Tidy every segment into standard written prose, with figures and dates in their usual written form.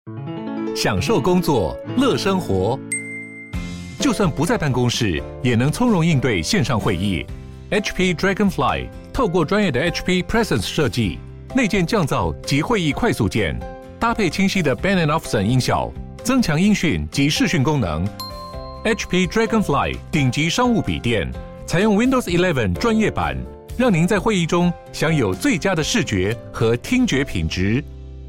享受工作，乐生活。就算不在办公室，也能从容应对线上会议。HP Dragonfly 透过专业的 HP Presence 设计，内建降噪及会议快速键，搭配清晰的 Bang & Olufsen 音效，增强音讯及视讯功能。HP Dragonfly 顶级商务笔电，采用 Windows 11专业版，让您在会议中享有最佳的视觉和听觉品质。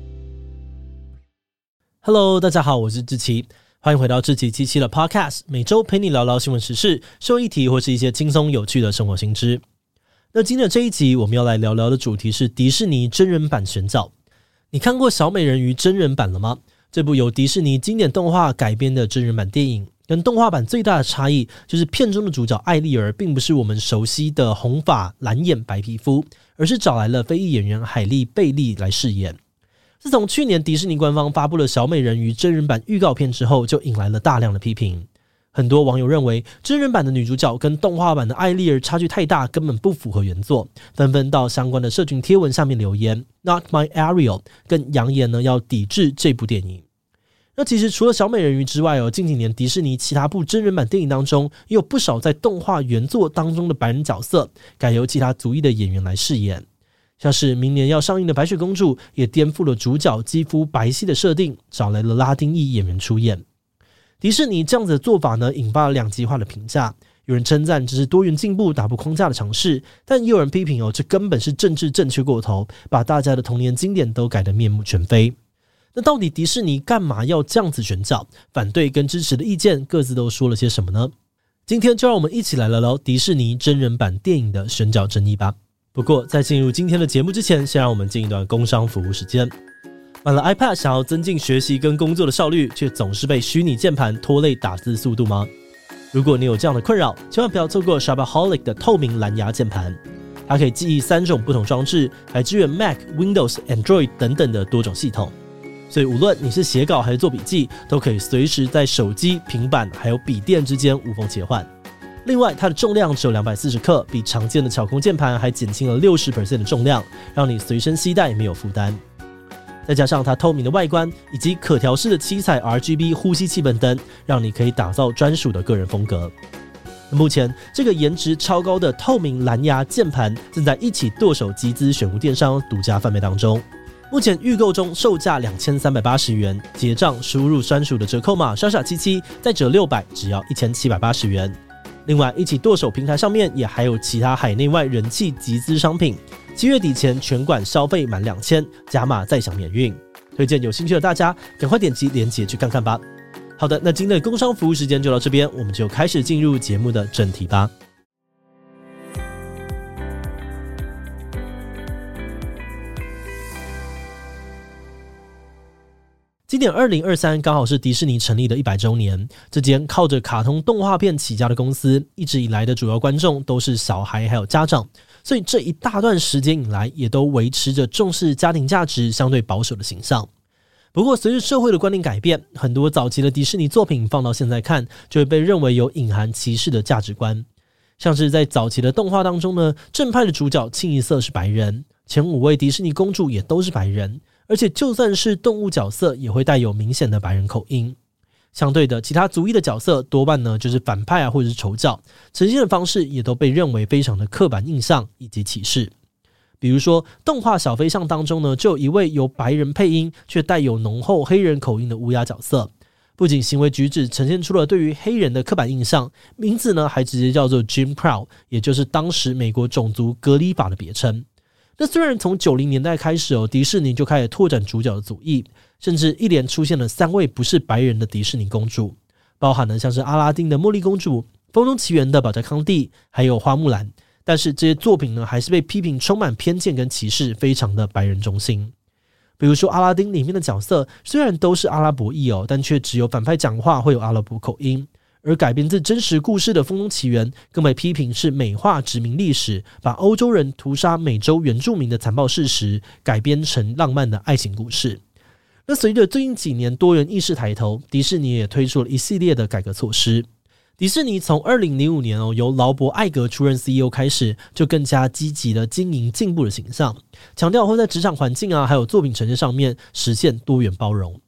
Hello， 大家好，我是志祺，欢迎回到志祺77的 Podcast， 每周陪你聊聊新闻时事、社会议题或是一些轻松有趣的生活新知。那今天的这一集我们要来聊聊的主题是迪士尼真人版选角。你看过小美人鱼真人版了吗？这部由迪士尼经典动画改编的真人版电影，跟动画版最大的差异就是片中的主角艾丽儿并不是我们熟悉的红发蓝眼白皮肤，而是找来了非裔演员海莉贝利来饰演。自从去年迪士尼官方发布了小美人鱼真人版预告片之后，就引来了大量的批评。很多网友认为真人版的女主角跟动画版的艾丽儿差距太大，根本不符合原作，纷纷到相关的社群贴文下面留言 Not my Ariel， 更扬言要抵制这部电影。那其实除了小美人鱼之外，近几年迪士尼其他部真人版电影当中也有不少在动画原作当中的白人角色改由其他族裔的演员来饰演，像是明年要上映的白雪公主也颠覆了主角肌肤白皙的设定，找来了拉丁裔演员出演。迪士尼这样子的做法呢，引发了两极化的评价，有人称赞这是多元进步打破框架的尝试，但也有人批评这根本是政治正确过头，把大家的童年经典都改得面目全非。那到底迪士尼干嘛要这样子选角？反对跟支持的意见各自都说了些什么呢？今天就让我们一起来聊聊迪士尼真人版电影的选角争议吧。不过在进入今天的节目之前，先让我们进一段工商服务时间。买了 iPad 想要增进学习跟工作的效率，却总是被虚拟键盘拖累打字速度吗？如果你有这样的困扰，千万不要错过 Shopaholic 的透明蓝牙键盘。它可以记忆3种不同装置，还支援 Mac、Windows、Android 等等的多种系统。所以无论你是写稿还是做笔记，都可以随时在手机、平板还有笔电之间无缝切换。另外它的重量只有240克，比常见的巧控键盘还减轻了 60% 的重量，让你随身携带没有负担。再加上它透明的外观以及可调式的7彩 RGB 呼吸气氛灯，让你可以打造专属的个人风格。目前这个颜值超高的透明蓝牙键盘正在一起剁手集资选物电商独家贩卖当中，目前预购中售价2380元，结账输入专属的折扣码莎莎77再折600，只要1780元。另外一起剁手平台上面也还有其他海内外人气集资商品，7月底前全馆消费满2000加码再享免运，推荐有兴趣的大家赶快点击链接去看看吧。好的，那今天的工商服务时间就到这边，我们就开始进入节目的正题吧。今年2023刚好是迪士尼成立的100周年，这间靠着卡通动画片起家的公司，一直以来的主要观众都是小孩还有家长，所以这一大段时间以来也都维持着重视家庭价值相对保守的形象。不过随着社会的观念改变，很多早期的迪士尼作品放到现在看，就会被认为有隐含歧视的价值观。像是在早期的动画当中呢，正派的主角清一色是白人，前5位迪士尼公主也都是白人，而且就算是动物角色也会带有明显的白人口音。相对的，其他族裔的角色多半呢就是反派或者是丑角，呈现的方式也都被认为非常的刻板印象以及歧视。比如说动画小飞象当中呢，就有一位由白人配音却带有浓厚黑人口音的乌鸦角色，不仅行为举止呈现出了对于黑人的刻板印象，名字呢还直接叫做 Jim Crow， 也就是当时美国种族隔离法的别称。那虽然从90年代开始迪士尼就开始拓展主角的族裔，甚至一连出现了3位不是白人的迪士尼公主，包含了像是阿拉丁的茉莉公主、风中奇缘的宝嘉康蒂，还有花木兰。但是这些作品呢，还是被批评充满偏见跟歧视，非常的白人中心。比如说阿拉丁里面的角色虽然都是阿拉伯裔但却只有反派讲话会有阿拉伯口音。而改编自真实故事的《风中奇缘》更被批评是美化殖民历史，把欧洲人屠杀美洲原住民的残暴事实改编成浪漫的爱情故事。那随着最近几年多元意识抬头，迪士尼也推出了一系列的改革措施。迪士尼从2005年由劳勃·艾格出任 CEO 开始，就更加积极的经营进步的形象，强调会在职场环境还有作品呈现上面实现多元包容。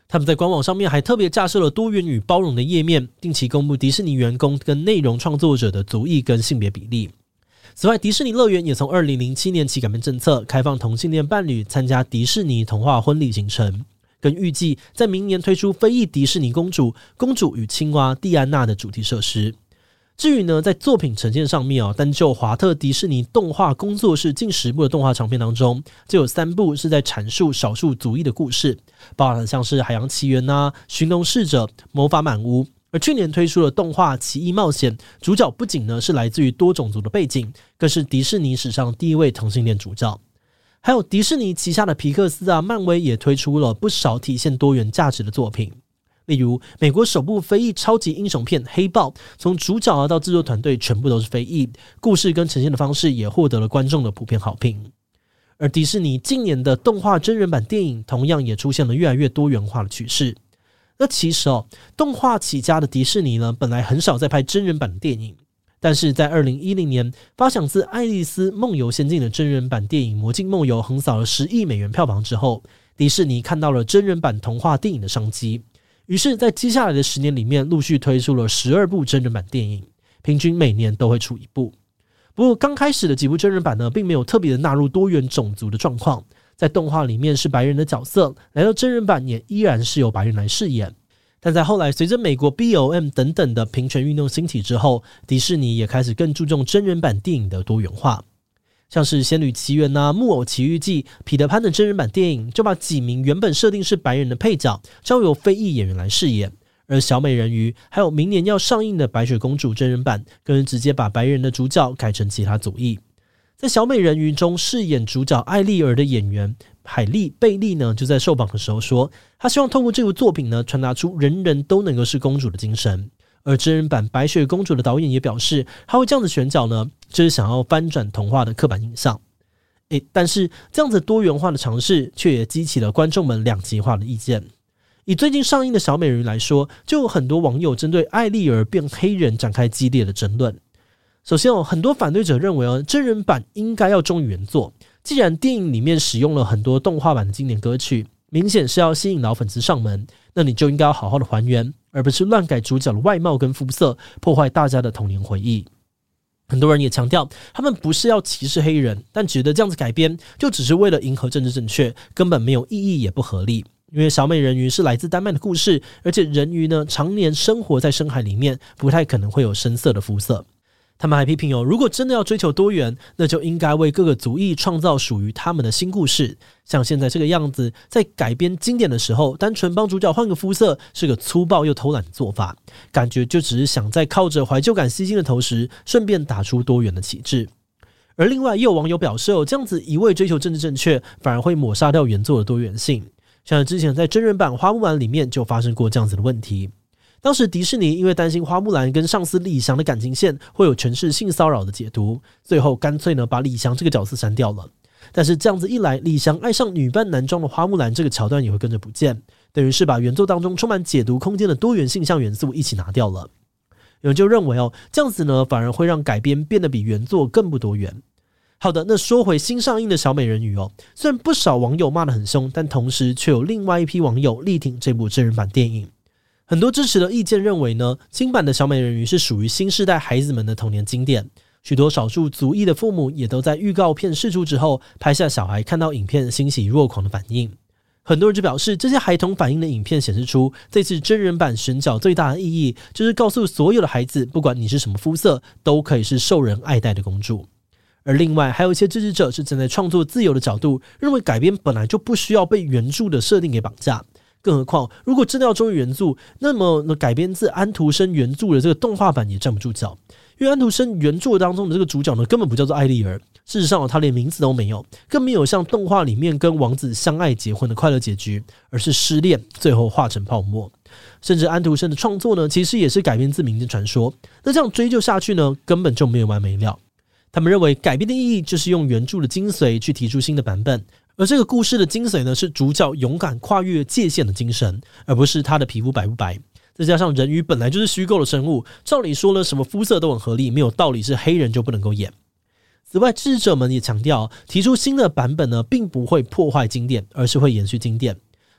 他们在官网上面还特别架设了多元与包容的页面，定期公布迪士尼员工跟内容创作者的族裔跟性别比例。此外，迪士尼乐园也从2007年起改变政策，开放同性恋伴侣参加迪士尼童话婚礼行程，跟预计在明年推出非裔迪士尼公主与青蛙蒂安娜的主题设施。至于呢，在作品呈现上面单就华特迪士尼动画工作室近10部的动画长片当中，就有3部是在阐述少数族裔的故事，包含像是海洋奇缘寻龙使者、魔法满屋。而去年推出的动画奇异冒险，主角不仅呢是来自于多种族的背景，更是迪士尼史上第一位同性恋主角。还有迪士尼旗下的皮克斯漫威也推出了不少体现多元价值的作品。例如美国首部非裔超级英雄片《黑豹》，从主角到制作团队全部都是非裔，故事跟呈现的方式也获得了观众的普遍好评。而迪士尼近年的动画真人版电影同样也出现了越来越多元化的趋势。那其实动画起家的迪士尼呢，本来很少在拍真人版的电影，但是在2010年发想自《爱丽丝梦游仙境》的真人版电影《魔镜梦游》横扫了10亿美元票房之后，迪士尼看到了真人版童话电影的商机，于是在接下来的10年里面陆续推出了12部真人版电影，平均每年都会出一部。不过刚开始的几部真人版呢，并没有特别的纳入多元种族的状况，在动画里面是白人的角色，来到真人版也依然是由白人来饰演。但在后来随着美国 BLM 等等的平权运动兴起之后，迪士尼也开始更注重真人版电影的多元化。像是《仙履奇缘》木偶奇遇记》、彼得潘的真人版电影就把几名原本设定是白人的配角交由非裔演员来饰演，而小美人鱼还有明年要上映的白雪公主真人版更是直接把白人的主角改成其他族裔。在小美人鱼中饰演主角艾丽儿的演员海莉贝利呢，就在受访的时候说，他希望透过这部作品呢，传达出人人都能够是公主的精神。而真人版白雪公主的导演也表示，他会这样子选角呢，就是想要翻转童话的刻板印象。但是这样子多元化的尝试却也激起了观众们两极化的意见。以最近上映的小美人鱼来说，就有很多网友针对艾丽儿变黑人展开激烈的争论。首先很多反对者认为真人版应该要忠于原作，既然电影里面使用了很多动画版的经典歌曲，明显是要吸引老粉丝上门，那你就应该要好好的还原，而不是乱改主角的外貌跟肤色，破坏大家的童年回忆。很多人也强调，他们不是要歧视黑人，但觉得这样子改编就只是为了迎合政治正确，根本没有意义也不合理。因为小美人鱼是来自丹麦的故事，而且人鱼呢常年生活在深海里面，不太可能会有深色的肤色。他们还批评如果真的要追求多元，那就应该为各个族裔创造属于他们的新故事。像现在这个样子，在改编经典的时候，单纯帮主角换个肤色，是个粗暴又偷懒的做法，感觉就只是想在靠着怀旧感吸睛的同时，顺便打出多元的旗帜。而另外也有网友表示这样子一味追求政治正确，反而会抹杀掉原作的多元性。像之前在真人版花木兰里面就发生过这样子的问题。当时迪士尼因为担心花木兰跟上司李翔的感情线会有权势性骚扰的解读，最后干脆呢把李翔这个角色删掉了。但是这样子一来，李翔爱上女扮男装的花木兰这个桥段也会跟着不见，等于是把原作当中充满解读空间的多元性象元素一起拿掉了。有人就认为这样子呢反而会让改编变得比原作更不多元。好的，那说回新上映的小美人鱼虽然不少网友骂得很凶，但同时却有另外一批网友力挺这部真人版电影。很多支持的意见认为呢，新版的小美人鱼是属于新世代孩子们的童年经典。许多少数族裔的父母也都在预告片释出之后，拍下小孩看到影片欣喜若狂的反应。很多人就表示，这些孩童反应的影片显示出，这次真人版选角最大的意义，就是告诉所有的孩子，不管你是什么肤色，都可以是受人爱戴的公主。而另外还有一些支持者是站在创作自由的角度，认为改编本来就不需要被原著的设定给绑架。更何况如果真的要忠于原著，那么改编自安徒生原著的这个动画版也站不住脚。因为安徒生原作当中的这个主角呢，根本不叫做艾丽儿，事实上他连名字都没有，更没有像动画里面跟王子相爱结婚的快乐结局，而是失恋最后化成泡沫。甚至安徒生的创作呢，其实也是改编自民间传说。那这样追究下去呢，根本就没有完没了。他们认为改编的意义就是用原著的精髓去提出新的版本，而这个故事的精髓呢，是主角勇敢跨越界限的精神，而不是他的皮肤白不白。再加上人鱼本来就是虚构的生物，照理说呢，什么肤色都很合理，没有道理是黑人就不能够演。此外，支持者们也强调，提出新的版本呢，并不会破坏经典，而是会延续经典。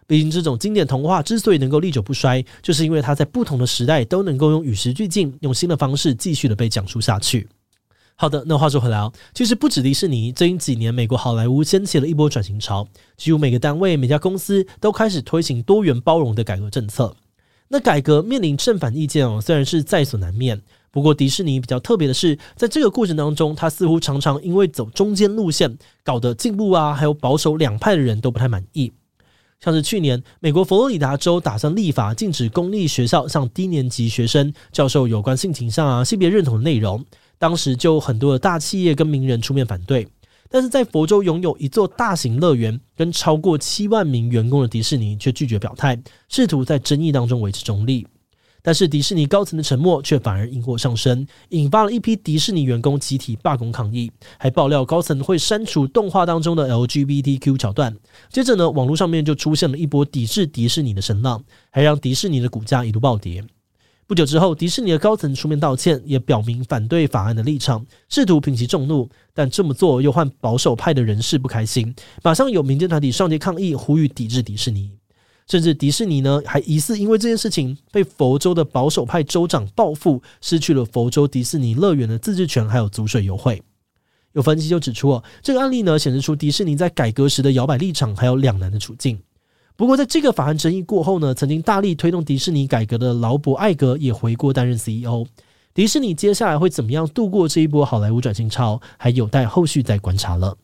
毕竟这种经典童话之所以能够历久不衰，就是因为它在不同的时代都能够用与时俱进，用新的方式继续的被讲述下去。好的，那话说回来其实不止迪士尼，最近几年美国好莱坞掀起了一波转型潮，几乎每个单位每家公司都开始推行多元包容的改革政策。那改革面临正反意见虽然是在所难免，不过迪士尼比较特别的是，在这个过程当中，它似乎常常因为走中间路线，搞得进步还有保守两派的人都不太满意。像是去年美国佛罗里达州打算立法禁止公立学校向低年级学生教授有关性倾向性别认同的内容，当时就有很多的大企业跟名人出面反对。但是在佛州拥有一座大型乐园跟超过7万名员工的迪士尼却拒绝表态，试图在争议当中维持中立。但是迪士尼高层的沉默却反而引火上身，引发了一批迪士尼员工集体罢工抗议，还爆料高层会删除动画当中的 LGBTQ 桥段。接着呢，网络上面就出现了一波抵制迪士尼的声浪，还让迪士尼的股价一路暴跌。不久之后，迪士尼的高层出面道歉，也表明反对法案的立场，试图平息众怒，但这么做又换保守派的人士不开心，马上有民间团体上街抗议，呼吁抵制迪士尼。甚至迪士尼呢，还疑似因为这件事情被佛州的保守派州长报复，失去了佛州迪士尼乐园的自治权，还有租税优惠。有分析就指出这个案例呢，显示出迪士尼在改革时的摇摆立场，还有两难的处境。不过在这个法案争议过后呢，曾经大力推动迪士尼改革的劳勃·艾格也回国担任 CEO。迪士尼接下来会怎么样度过这一波好莱坞转型潮，还有待后续再观察了。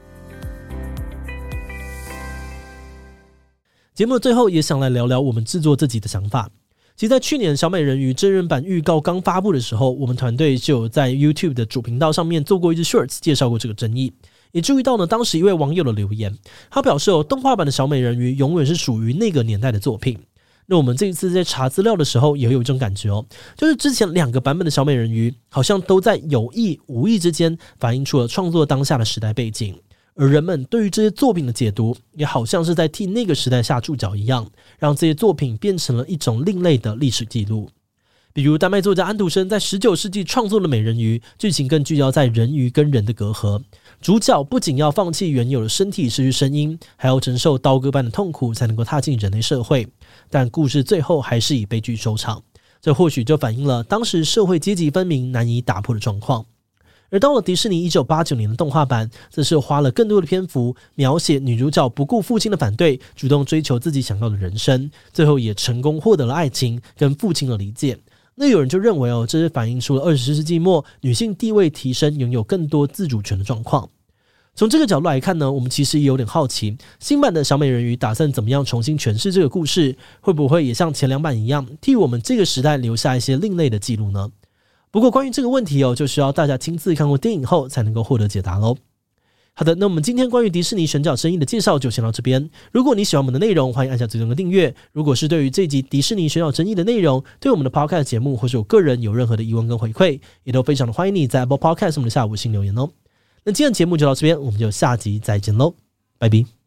节目的最后也想来聊聊我们制作自己的想法。其实在去年小美人鱼真人版预告刚发布的时候，我们团队就有在 YouTube 的主频道上面做过一支 Shorts 介绍过这个争议。也注意到呢，当时一位网友的留言，他表示动画版的小美人鱼永远是属于那个年代的作品。那我们这一次在查资料的时候也有一种感觉就是之前2个版本的小美人鱼好像都在有意无意之间反映出了创作当下的时代背景，而人们对于这些作品的解读也好像是在替那个时代下注脚一样，让这些作品变成了一种另类的历史记录。比如丹麦作家安徒生在19世纪创作的美人鱼，剧情更聚焦在人鱼跟人的隔阂，主角不仅要放弃原有的身体失去声音，还要承受刀割般的痛苦才能够踏进人类社会，但故事最后还是以悲剧收场。这或许就反映了当时社会阶级分明难以打破的状况。而到了迪士尼1989年的动画版，则是花了更多的篇幅描写女主角不顾父亲的反对，主动追求自己想要的人生，最后也成功获得了爱情跟父亲的理解。那有人就认为这是反映出了20世纪末女性地位提升，拥有更多自主权的状况。从这个角度来看呢，我们其实也有点好奇，新版的小美人鱼打算怎么样重新诠释这个故事，会不会也像前2版一样，替我们这个时代留下一些另类的记录呢？不过关于这个问题就需要大家亲自看过电影后才能够获得解答咯。好的，那我们今天关于迪士尼选角争议的介绍就先到这边。如果你喜欢我们的内容，欢迎按下追踪跟订阅。如果是对于这集迪士尼选角争议的内容，对我们的 Podcast 节目或是我个人有任何的疑问跟回馈，也都非常的欢迎你在 Apple Podcast 我们的下5星留言哦。那今天的节目就到这边，我们就下集再见咯，拜拜。